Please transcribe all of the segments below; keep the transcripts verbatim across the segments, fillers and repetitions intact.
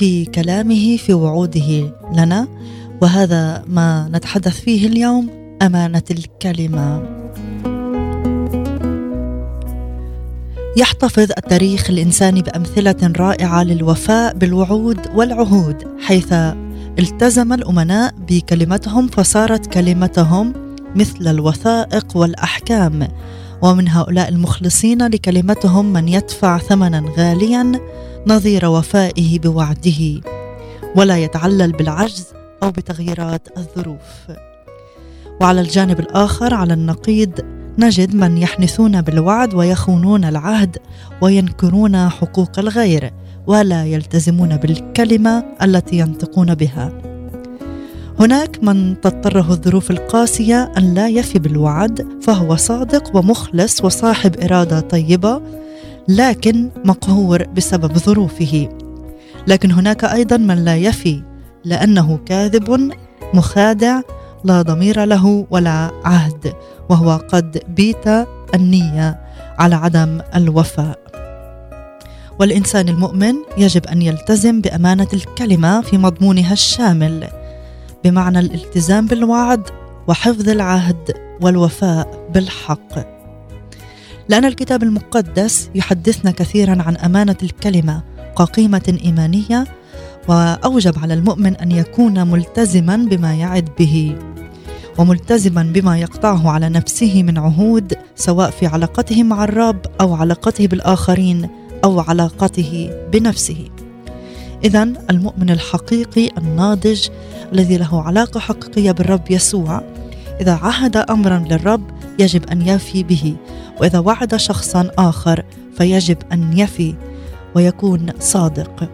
في كلامه في وعوده لنا، وهذا ما نتحدث فيه اليوم: أمانة الكلمة. يحتفظ التاريخ الإنساني بأمثلة رائعة للوفاء بالوعود والعهود، حيث التزم الأمناء بكلمتهم فصارت كلمتهم مثل الوثائق والأحكام. ومن هؤلاء المخلصين لكلمتهم من يدفع ثمنا غاليا نظير وفائه بوعده، ولا يتعلل بالعجز أو بتغييرات الظروف. وعلى الجانب الآخر على النقيض نجد من يحنثون بالوعد ويخونون العهد وينكرون حقوق الغير، ولا يلتزمون بالكلمة التي ينطقون بها. هناك من تضطره الظروف القاسية أن لا يفي بالوعد، فهو صادق ومخلص وصاحب إرادة طيبة، لكن مقهور بسبب ظروفه. لكن هناك أيضا من لا يفي لأنه كاذب مخادع لا ضمير له ولا عهد، وهو قد بيت النية على عدم الوفاء. والإنسان المؤمن يجب أن يلتزم بأمانة الكلمة في مضمونها الشامل، بمعنى الالتزام بالوعد وحفظ العهد والوفاء بالحق. لأن الكتاب المقدس يحدثنا كثيرا عن أمانة الكلمة كقيمة إيمانية، وأوجب على المؤمن أن يكون ملتزما بما يعد به، وملتزما بما يقطعه على نفسه من عهود، سواء في علاقته مع الرب أو علاقته بالآخرين أو علاقته بنفسه. إذن المؤمن الحقيقي الناضج الذي له علاقة حقيقية بالرب يسوع، إذا عهد أمرا للرب يجب أن يفي به، وإذا وعد شخصا آخر فيجب أن يفي ويكون صادق.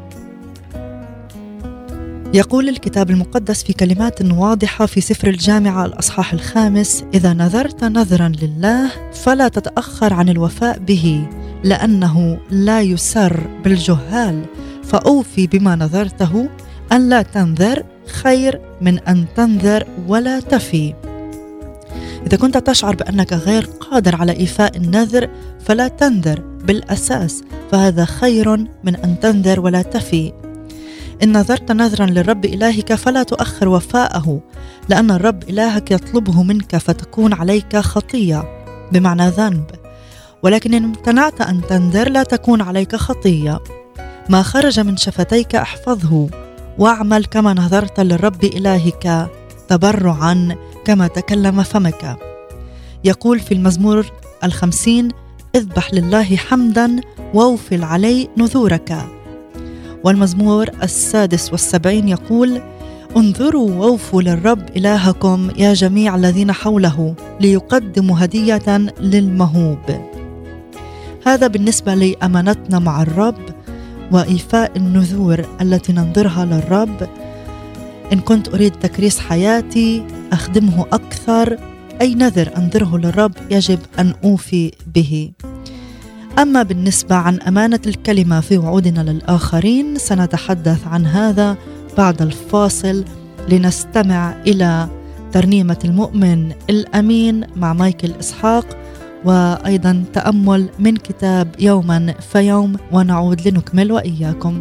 يقول الكتاب المقدس في كلمات واضحة في سفر الجامعة الأصحاح الخامس: إذا نذرت نذرا لله فلا تتأخر عن الوفاء به، لأنه لا يسر بالجهال، فأوفي بما نذرته. أن لا تنذر خير من أن تنذر ولا تفي. إذا كنت تشعر بأنك غير قادر على إيفاء النذر فلا تنذر بالأساس، فهذا خير من أن تنذر ولا تفي. إن نذرت نذرا للرب إلهك فلا تؤخر وفاءه، لأن الرب إلهك يطلبه منك فتكون عليك خطية، بمعنى ذنب. ولكن إن امتنعت أن تنذر لا تكون عليك خطية. ما خرج من شفتيك احفظه، واعمل كما نذرت للرب إلهك تبرعا كما تكلم فمك. يقول في المزمور الخمسين: اذبح لله حمدا واوفل عليه نذورك. والمزمور السادس والسبعين يقول: انظروا ووفوا للرب إلهكم يا جميع الذين حوله، ليقدموا هدية للمهوب. هذا بالنسبة لأمانتنا مع الرب وإيفاء النذور التي ننذرها للرب. إن كنت أريد تكريس حياتي، أخدمه أكثر، أي نذر أنذره للرب يجب أن أوفي به. أما بالنسبة عن أمانة الكلمة في وعودنا للآخرين سنتحدث عن هذا بعد الفاصل، لنستمع إلى ترنيمة المؤمن الأمين مع مايكل إسحاق، وأيضا تأمل من كتاب يوما فيوم، ونعود لنكمل وإياكم.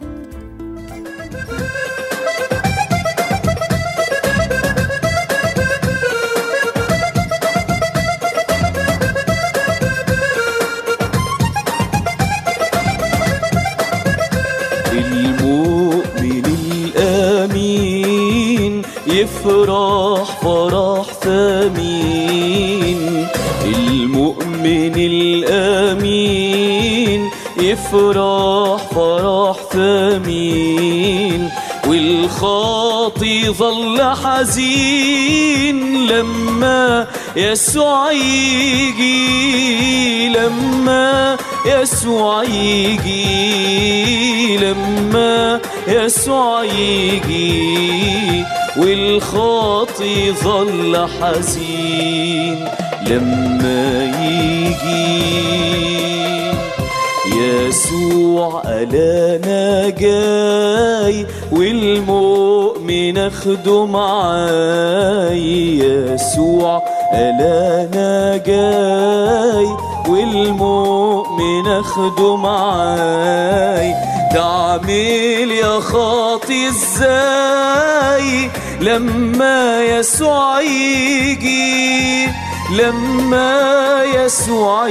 المؤمن الأمين يفرح فرح ثمين، المؤمن الأمين يفرح فرح ثمين، والخاطي ظل حزين لما يسوع يجي، لما يسوع يجي، لما يسوع يجي، والخاطي ظل حزين لما يجي. يسوع ألانا جاي والمؤمن أخده معاي، يسوع ألانا جاي والمؤمن أخده معاي، تعمل يا خاطي ازاي لما يسوع يجي، لما يسوع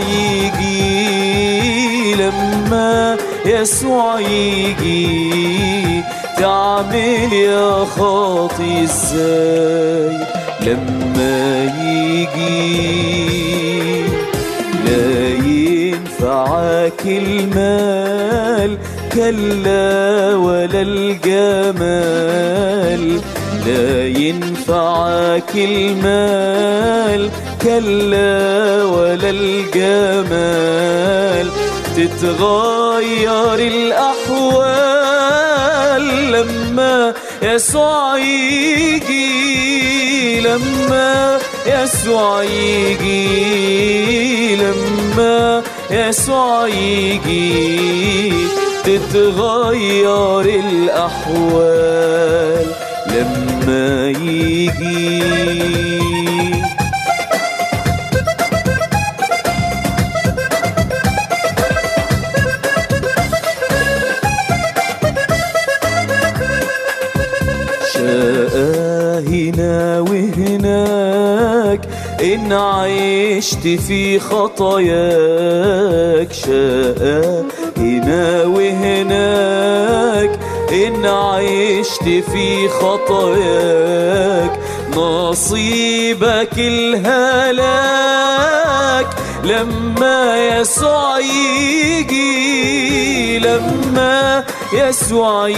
يجي، لما يسوع يجي. تعمل يا خاطي ازاي لما يجي؟ لا ينفعك المال كلا ولا الجمال، لا ينفعك المال كلا ولا الجمال. تتغير الأحوال لما يسوع يجي، لما يسوع يجي، لما يسوع يجي. تتغير الأحوال لما يجي. هنا وهناك إن عشت في خطاياك، شاء هنا وهناك إن عشت في خطاياك. نصيبك الهلاك لما يسوع يجي، لما يسوع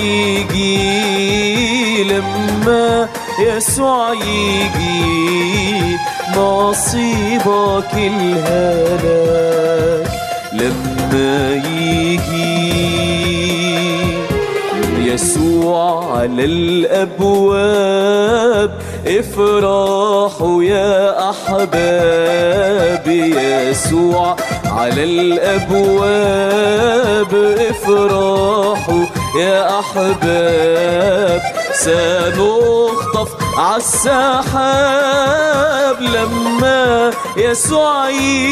يجي، لما يسوع يجي. نصيبك الهلاك لما يجي. يسوع على الأبواب افرحوا يا أحباب، يسوع على الأبواب افرحوا يا أحباب. سنخطف عالسحاب لما يسوع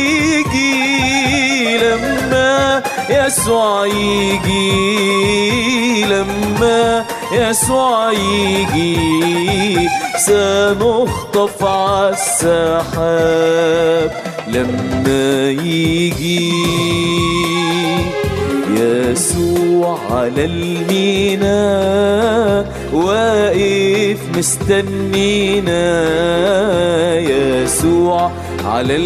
يجي، لما يسوع يجي، لما يسوع يجي. سنخطف عالسحاب لما يجي. يسوع على الميناء واقف مستنينا، يسوع على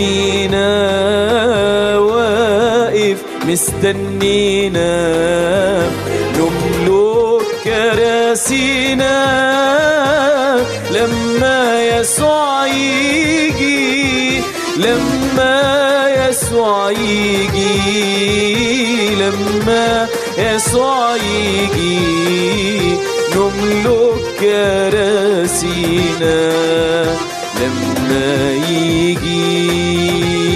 الميناء واقف مستنينا. نملك كراسينا لما يسوع يجي، لما يسوع يجي، لما يسوع يجي. نملك كراسينا لما يجي.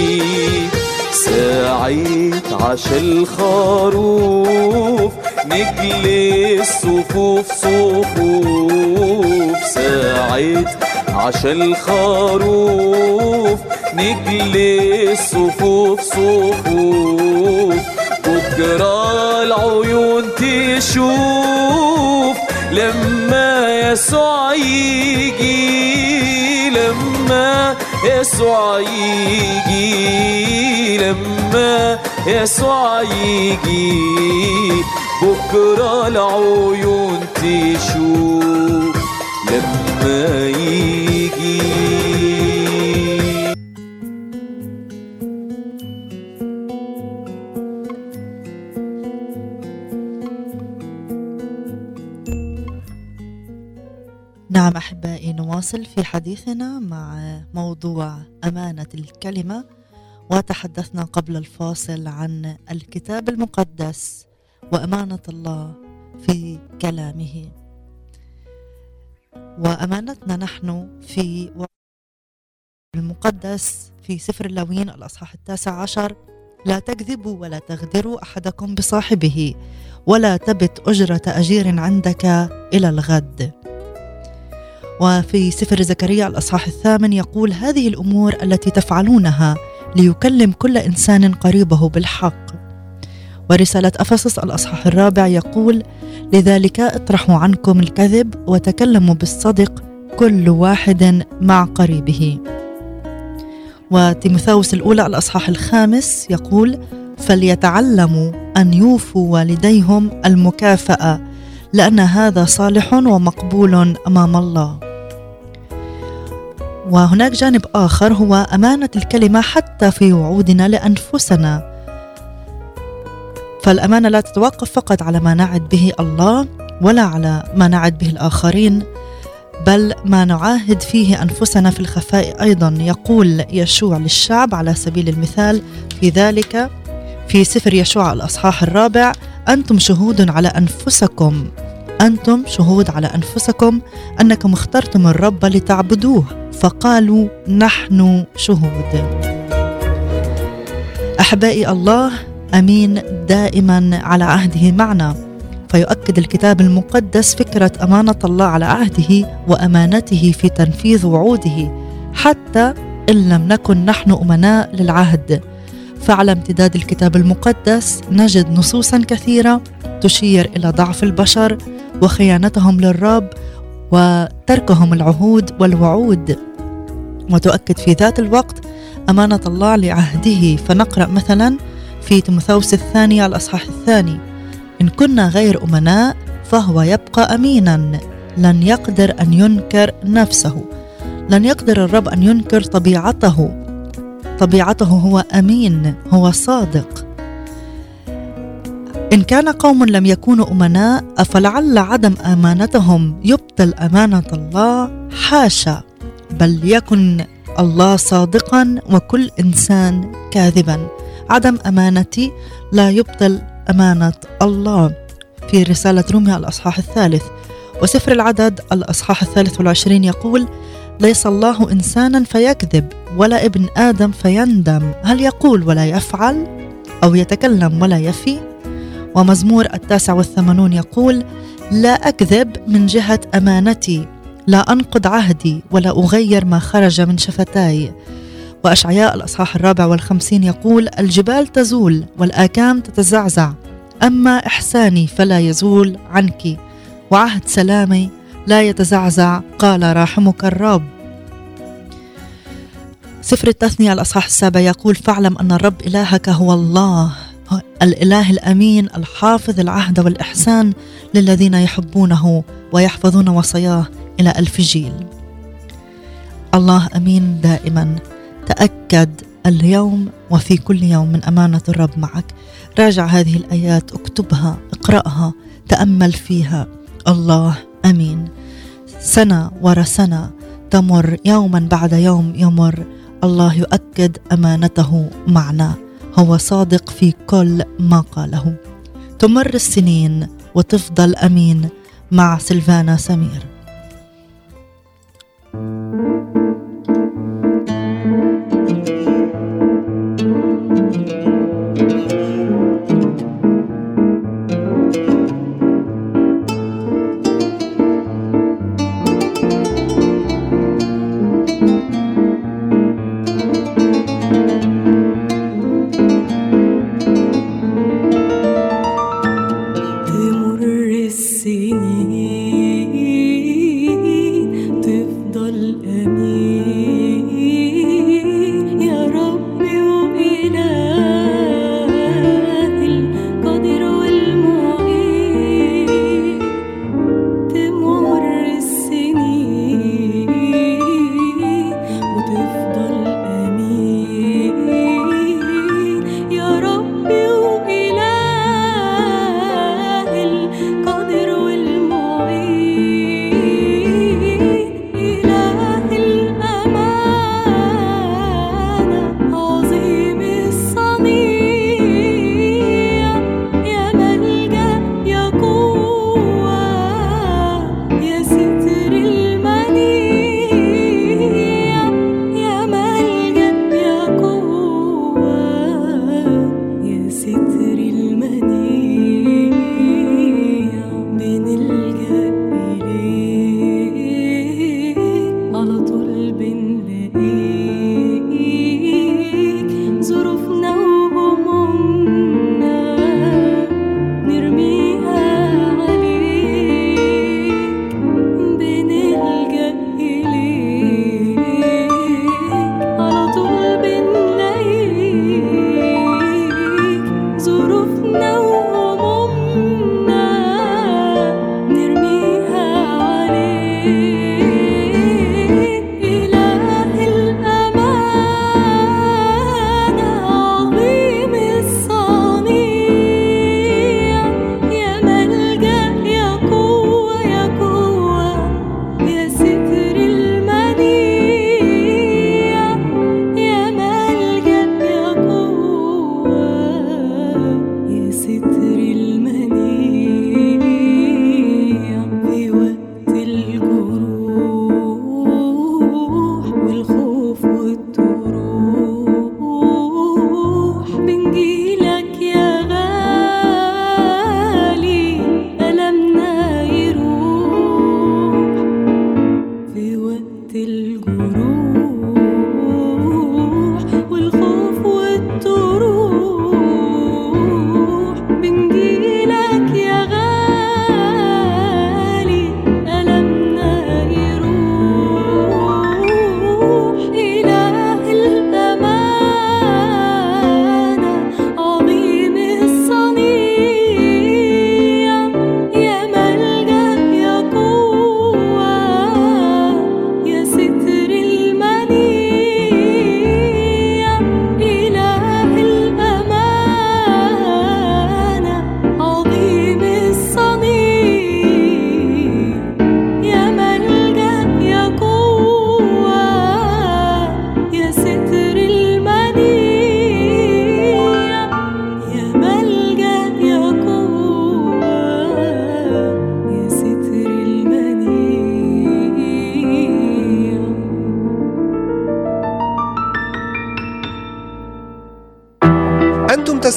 ساعة عشا الخروف نجلس صفوف صفوف، ساعة عشا الخروف نجلس صفوف صفوف. بكرة العيون تشوف لما يسوع يجي، لما يسوع يجي، لما يسوع يجي. بكرة العيون تشوف لما يجي. نعم أحبائي، نواصل في حديثنا مع موضوع أمانة الكلمة، وتحدثنا قبل الفاصل عن الكتاب المقدس وأمانة الله في كلامه. وأمانتنا نحن في المقدس في سفر اللاويين الأصحاح التاسع عشر: لا تكذبوا ولا تغدروا أحدكم بصاحبه، ولا تبت أجرة أجير عندك إلى الغد. وفي سفر زكريا الأصحاح الثامن يقول: هذه الأمور التي تفعلونها ليكلم كل إنسان قريبه بالحق. ورسالة أفسس الأصحاح الرابع يقول: لذلك اطرحوا عنكم الكذب وتكلموا بالصدق كل واحد مع قريبه. وتيموثاوس الأولى الأصحاح الخامس يقول: فليتعلموا أن يوفوا والديهم المكافأة لأن هذا صالح ومقبول أمام الله. وهناك جانب آخر هو أمانة الكلمة حتى في وعودنا لأنفسنا. فالأمانة لا تتوقف فقط على ما نعد به الله ولا على ما نعد به الآخرين، بل ما نعاهد فيه أنفسنا في الخفاء أيضا. يقول يشوع للشعب على سبيل المثال في ذلك في سفر يشوع الأصحاح الرابع: أنتم شهود على أنفسكم أنتم شهود على أنفسكم أنكم اخترتم الرب لتعبدوه، فقالوا نحن شهود. أحبائي، الله أمين دائما على عهده معنا، فيؤكد الكتاب المقدس فكرة أمانة الله على عهده وأمانته في تنفيذ وعوده حتى إن لم نكن نحن أمناء للعهد. فعلى امتداد الكتاب المقدس نجد نصوصا كثيرة تشير إلى ضعف البشر وخيانتهم للرب وتركهم العهود والوعود، وتؤكد في ذات الوقت أمانة الله لعهده. فنقرأ مثلا في تيموثاوس الثانية الأصحاح الثاني: إن كنا غير أمناء فهو يبقى أمينا، لن يقدر أن ينكر نفسه. لن يقدر الرب أن ينكر طبيعته. طبيعته هو أمين، هو صادق. إن كان قوم لم يكونوا أمناء أفلعل عدم أمانتهم يبطل أمانة الله؟ حاشا، بل يكن الله صادقا وكل إنسان كاذبا. عدم أمانتي لا يبطل أمانة الله. في رسالة روميا الأصحاح الثالث وسفر العدد الأصحاح الثالث والعشرين يقول: ليس الله إنسانا فيكذب ولا ابن آدم فيندم، هل يقول ولا يفعل أو يتكلم ولا يفي؟ ومزمور التاسع والثمانون يقول: لا أكذب من جهة أمانتي، لا أنقض عهدي ولا أغير ما خرج من شفتاي. وأشعياء الأصحاح الرابع والخمسين يقول: الجبال تزول والآكام تتزعزع، أما إحساني فلا يزول عنك، وعهد سلامي لا يتزعزع، قال راحمك الرب. سفر التثنية الأصحاح السابع يقول: فاعلم أن الرب إلهك هو الله، الإله الأمين الحافظ العهد والإحسان للذين يحبونه ويحفظون وصاياه إلى ألف جيل. الله أمين دائما. تأكد اليوم وفي كل يوم من أمانة الرب معك. راجع هذه الآيات، اكتبها، اقرأها، تأمل فيها. الله أمين. سنة ورا سنة تمر، يوما بعد يوم يمر، الله يؤكد أمانته معنا. هو صادق في كل ما قاله. تمر السنين وتفضل أمين مع سيلفانا سمير. تمر السنين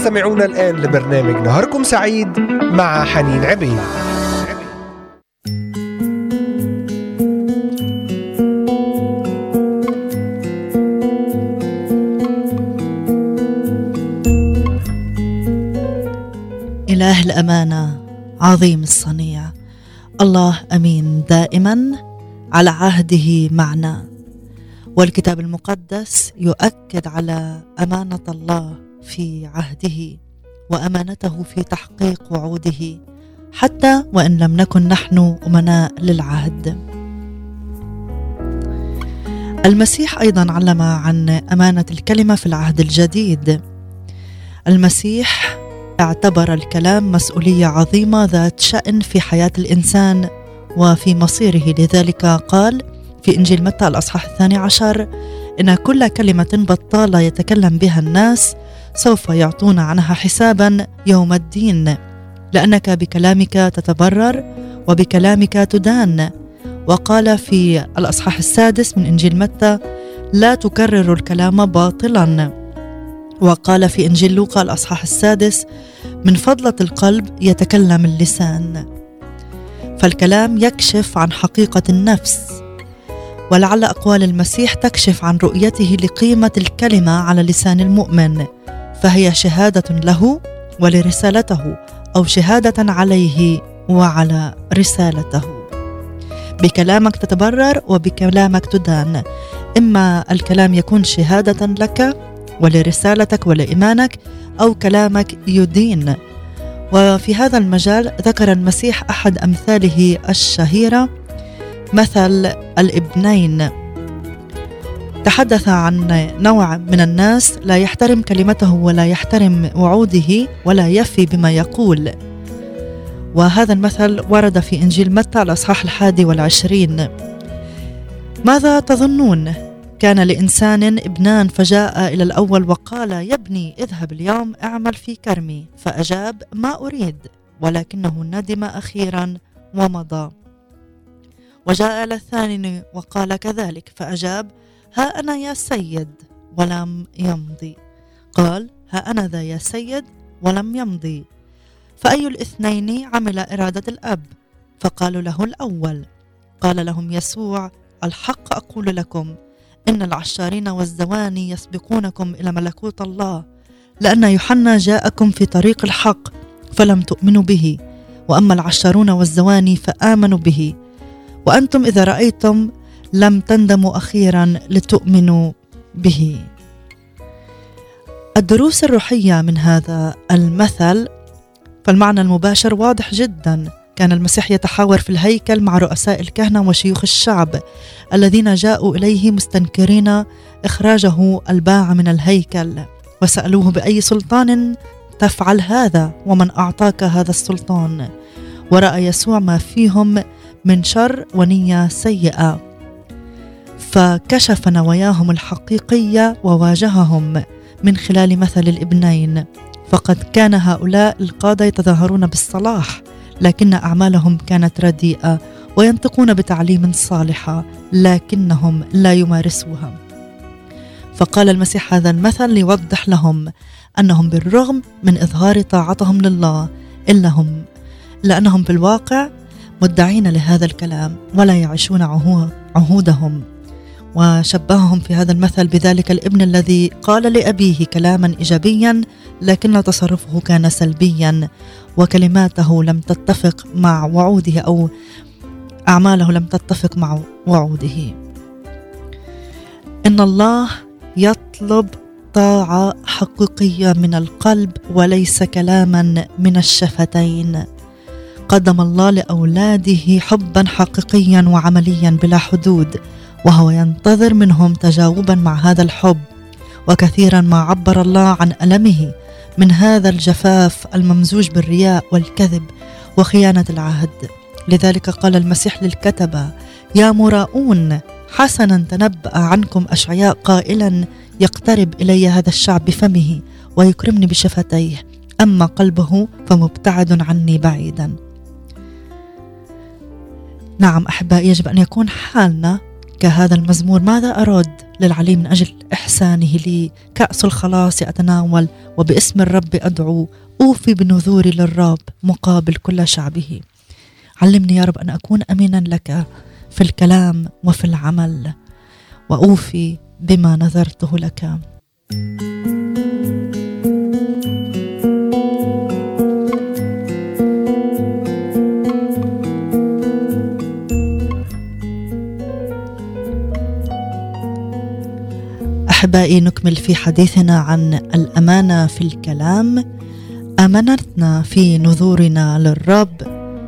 تستمعون الآن لبرنامج نهاركم سعيد مع حنين عبيد. إله الأمانة عظيم الصنيع، الله أمين دائما على عهده معنا، والكتاب المقدس يؤكد على أمانة الله في عهده وأمانته في تحقيق وعوده حتى وإن لم نكن نحن أمناء للعهد. المسيح أيضا علم عن أمانة الكلمة في العهد الجديد. المسيح اعتبر الكلام مسؤولية عظيمة ذات شأن في حياة الإنسان وفي مصيره، لذلك قال في إنجيل متى الأصحاح الثاني عشر: إن كل كلمة بطالة يتكلم بها الناس سوف يعطون عنها حسابا يوم الدين، لأنك بكلامك تتبرر وبكلامك تدان. وقال في الأصحاح السادس من إنجيل متى: لا تكرروا الكلام باطلا. وقال في إنجيل لوقا الأصحاح السادس: من فضلة القلب يتكلم اللسان. فالكلام يكشف عن حقيقة النفس، ولعل أقوال المسيح تكشف عن رؤيته لقيمة الكلمة على لسان المؤمن، فهي شهادة له ولرسالته، أو شهادة عليه وعلى رسالته. بكلامك تتبرر وبكلامك تدان. إما الكلام يكون شهادة لك ولرسالتك ولإيمانك، أو كلامك يدين. وفي هذا المجال ذكر المسيح أحد أمثاله الشهيرة، مثل الابنين. تحدث عن نوع من الناس لا يحترم كلمته ولا يحترم وعوده ولا يفي بما يقول، وهذا المثل ورد في إنجيل متى الأصحاح الحادي والعشرين. ماذا تظنون؟ كان لإنسان ابنان، فجاء إلى الأول وقال: يا ابني اذهب اليوم اعمل في كرمي، فأجاب: ما أريد، ولكنه ندم أخيرا ومضى. وجاء إلى الثاني وقال كذلك، فأجاب: ها أنا يا سيد، ولم يمضي. قال: ها أنا ذا يا سيد، ولم يمضي. فأي الاثنين عمل إرادة الأب؟ فقالوا له الأول. قال لهم يسوع: الحق أقول لكم إن العشارين والزواني يسبقونكم إلى ملكوت الله، لأن يوحنا جاءكم في طريق الحق فلم تؤمنوا به، وأما العشارون والزواني فآمنوا به. وأنتم إذا رأيتم لم تندموا أخيرا لتؤمنوا به. الدروس الروحية من هذا المثل، فالمعنى المباشر واضح جدا. كان المسيح يتحاور في الهيكل مع رؤساء الكهنة وشيوخ الشعب الذين جاءوا إليه مستنكرين إخراجه الباعة من الهيكل، وسألوه: بأي سلطان تفعل هذا؟ ومن أعطاك هذا السلطان؟ ورأى يسوع ما فيهم من شر ونية سيئة، فكشف نواياهم الحقيقية وواجههم من خلال مثل الابنين. فقد كان هؤلاء القادة يتظاهرون بالصلاح، لكن أعمالهم كانت رديئة، وينطقون بتعليم صالحة لكنهم لا يمارسوها. فقال المسيح هذا المثل ليوضح لهم أنهم بالرغم من إظهار طاعتهم لله إلا هم لأنهم بالواقع مدعين لهذا الكلام ولا يعيشون عهودهم. وشبههم في هذا المثل بذلك الابن الذي قال لأبيه كلاما إيجابيا، لكن تصرفه كان سلبيا، وكلماته لم تتفق مع وعوده، أو أعماله لم تتفق مع وعوده. إن الله يطلب طاعة حقيقية من القلب وليس كلاما من الشفتين. قدم الله لأولاده حبا حقيقيا وعمليا بلا حدود، وهو ينتظر منهم تجاوبا مع هذا الحب. وكثيرا ما عبر الله عن ألمه من هذا الجفاف الممزوج بالرياء والكذب وخيانة العهد. لذلك قال المسيح للكتبة: يا مراؤون، حسنا تنبأ عنكم أشعياء قائلا: يقترب إلي هذا الشعب بفمه ويكرمني بشفتيه، أما قلبه فمبتعد عني بعيدا. نعم أحبائي، يجب أن يكون حالنا كهذا المزمور: ماذا أراد للعلي من أجل إحسانه لي، كأس الخلاص أتناول وباسم الرب أدعو، أوفي بنذوري للرب مقابل كل شعبه. علمني يا رب أن أكون أمينا لك في الكلام وفي العمل، وأوفي بما نذرته لك. أحبائي، نكمل في حديثنا عن الأمانة في الكلام. أمانتنا في نذورنا للرب.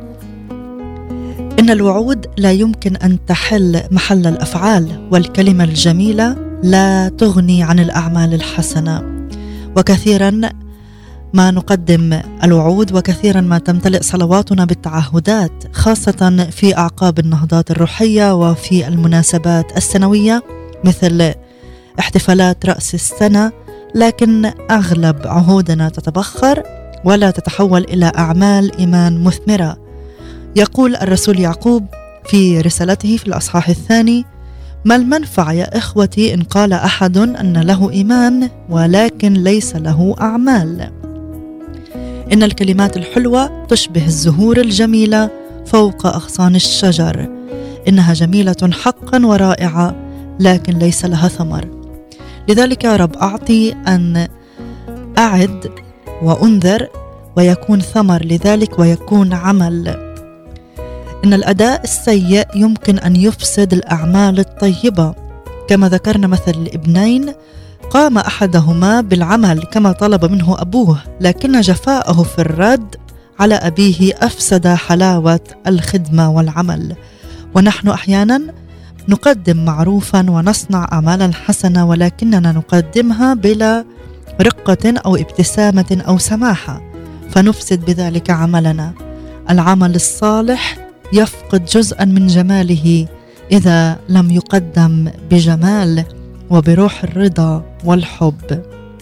إن الوعود لا يمكن أن تحل محل الأفعال، والكلمة الجميلة لا تغني عن الأعمال الحسنة. وكثيرا ما نقدم الوعود، وكثيرا ما تمتلئ صلواتنا بالتعهدات، خاصة في أعقاب النهضات الروحية وفي المناسبات السنوية مثل احتفالات رأس السنة، لكن أغلب عهودنا تتبخر ولا تتحول إلى أعمال إيمان مثمرة. يقول الرسول يعقوب في رسالته في الأصحاح الثاني: ما المنفع يا إخوتي إن قال أحد أن له إيمان ولكن ليس له أعمال؟ إن الكلمات الحلوة تشبه الزهور الجميلة فوق أغصان الشجر، إنها جميلة حقا ورائعة لكن ليس لها ثمر. لذلك يا رب أعطي أن أعد وأنذر ويكون ثمر لذلك ويكون عمل. إن الأداء السيء يمكن أن يفسد الأعمال الطيبة، كما ذكرنا مثل الابنين، قام أحدهما بالعمل كما طلب منه أبوه، لكن جفاءه في الرد على أبيه أفسد حلاوة الخدمة والعمل. ونحن أحيانا نقدم معروفا ونصنع أعمالا حسنة، ولكننا نقدمها بلا رقة أو ابتسامة أو سماحة، فنفسد بذلك عملنا. العمل الصالح يفقد جزءا من جماله إذا لم يقدم بجمال وبروح الرضا والحب.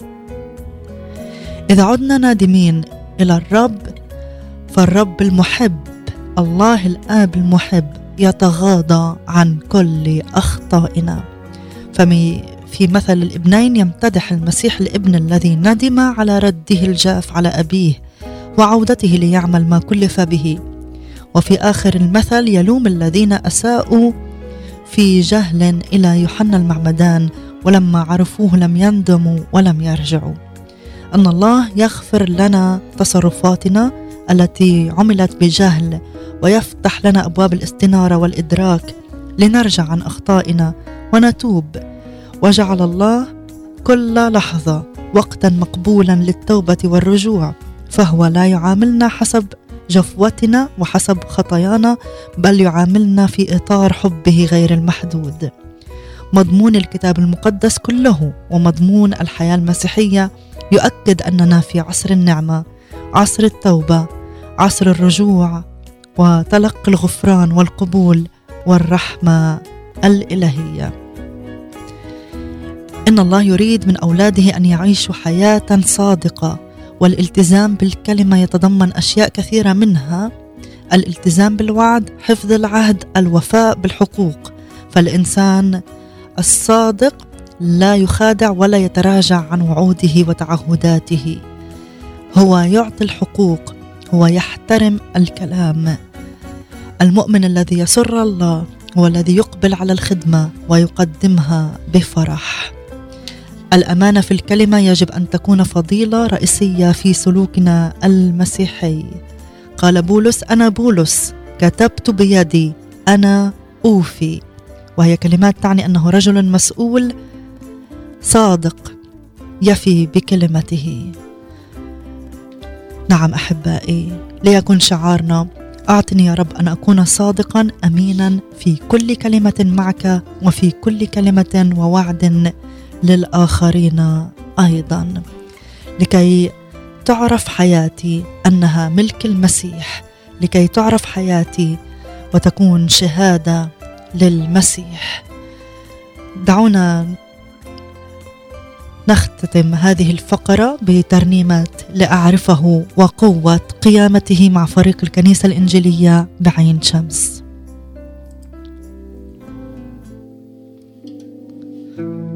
إذا عدنا نادمين إلى الرب، فالرب المحب، الله الآب المحب، يتغاضى عن كل أخطائنا. ففي مثل الابنين يمتدح المسيح الابن الذي ندم على رده الجاف على أبيه وعودته ليعمل ما كلف به. وفي آخر المثل يلوم الذين أساءوا في جهل إلى يوحنا المعمدان، ولما عرفوه لم يندموا ولم يرجعوا. أن الله يغفر لنا تصرفاتنا التي عملت بجهل، ويفتح لنا أبواب الاستنارة والإدراك لنرجع عن أخطائنا ونتوب. وجعل الله كل لحظة وقتا مقبولا للتوبة والرجوع، فهو لا يعاملنا حسب جفوتنا وحسب خطايانا، بل يعاملنا في إطار حبه غير المحدود. مضمون الكتاب المقدس كله ومضمون الحياة المسيحية يؤكد أننا في عصر النعمة، عصر التوبة، عصر الرجوع وتلقي الغفران والقبول والرحمة الإلهية. إن الله يريد من أولاده أن يعيشوا حياة صادقة، والالتزام بالكلمة يتضمن أشياء كثيرة، منها الالتزام بالوعد، حفظ العهد، الوفاء بالحقوق. فالإنسان الصادق لا يخادع ولا يتراجع عن وعوده وتعهداته، هو يعطي الحقوق، هو يحترم الكلام. المؤمن الذي يسر الله هو الذي يقبل على الخدمة ويقدمها بفرح. الأمانة في الكلمة يجب أن تكون فضيلة رئيسية في سلوكنا المسيحي. قال بولس: أنا بولس كتبت بيدي أنا أوفي، وهي كلمات تعني أنه رجل مسؤول صادق يفي بكلمته. نعم أحبائي، ليكن شعارنا: أعطني يا رب أن أكون صادقا أمينا في كل كلمة معك وفي كل كلمة ووعد للآخرين أيضا، لكي تعرف حياتي أنها ملك المسيح، لكي تعرف حياتي وتكون شهادة للمسيح. دعونا نختتم هذه الفقرة بترنيمة لأعرفه وقوة قيامته مع فريق الكنيسة الإنجيلية بعين شمس.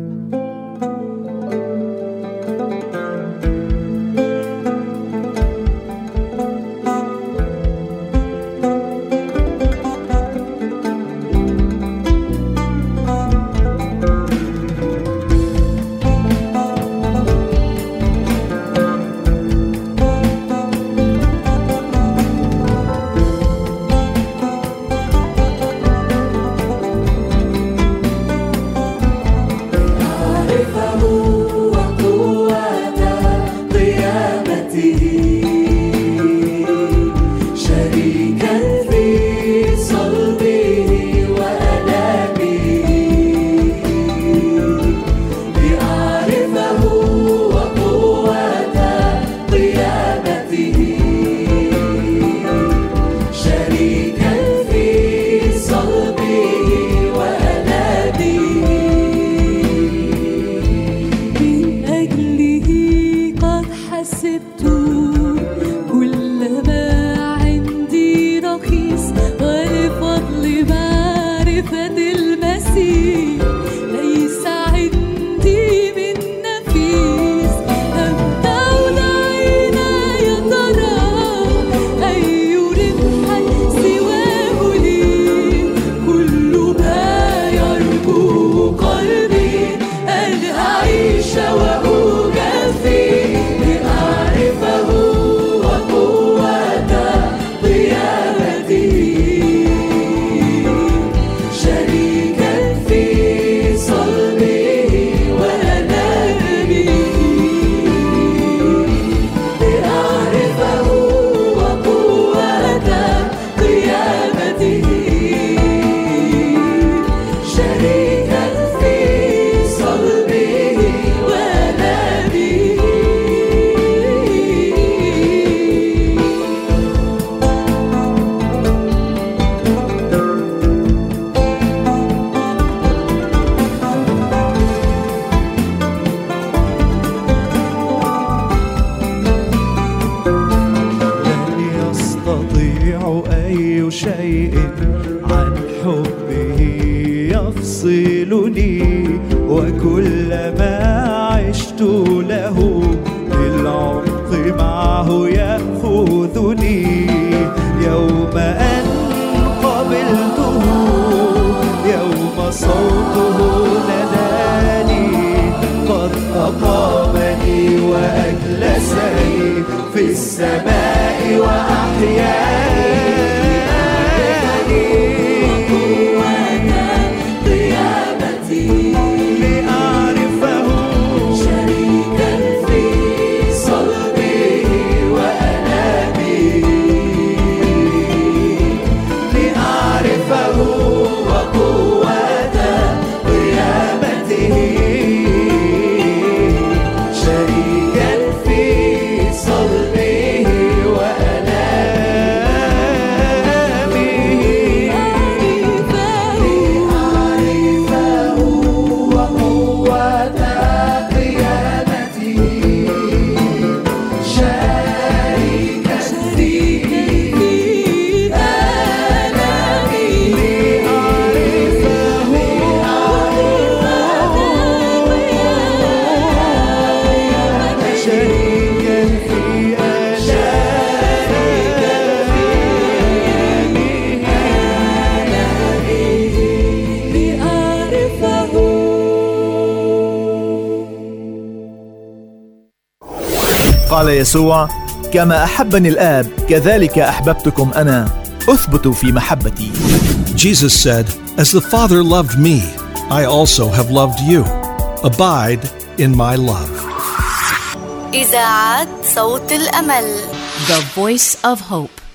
قال يسوع: كما أحبني الآب كذلك أحببتكم أنا، أثبتوا في محبتي. Jesus said, "As the Father loved me, I also have loved you. Abide in my love." إذاعة صوت الأمل. The Voice of Hope.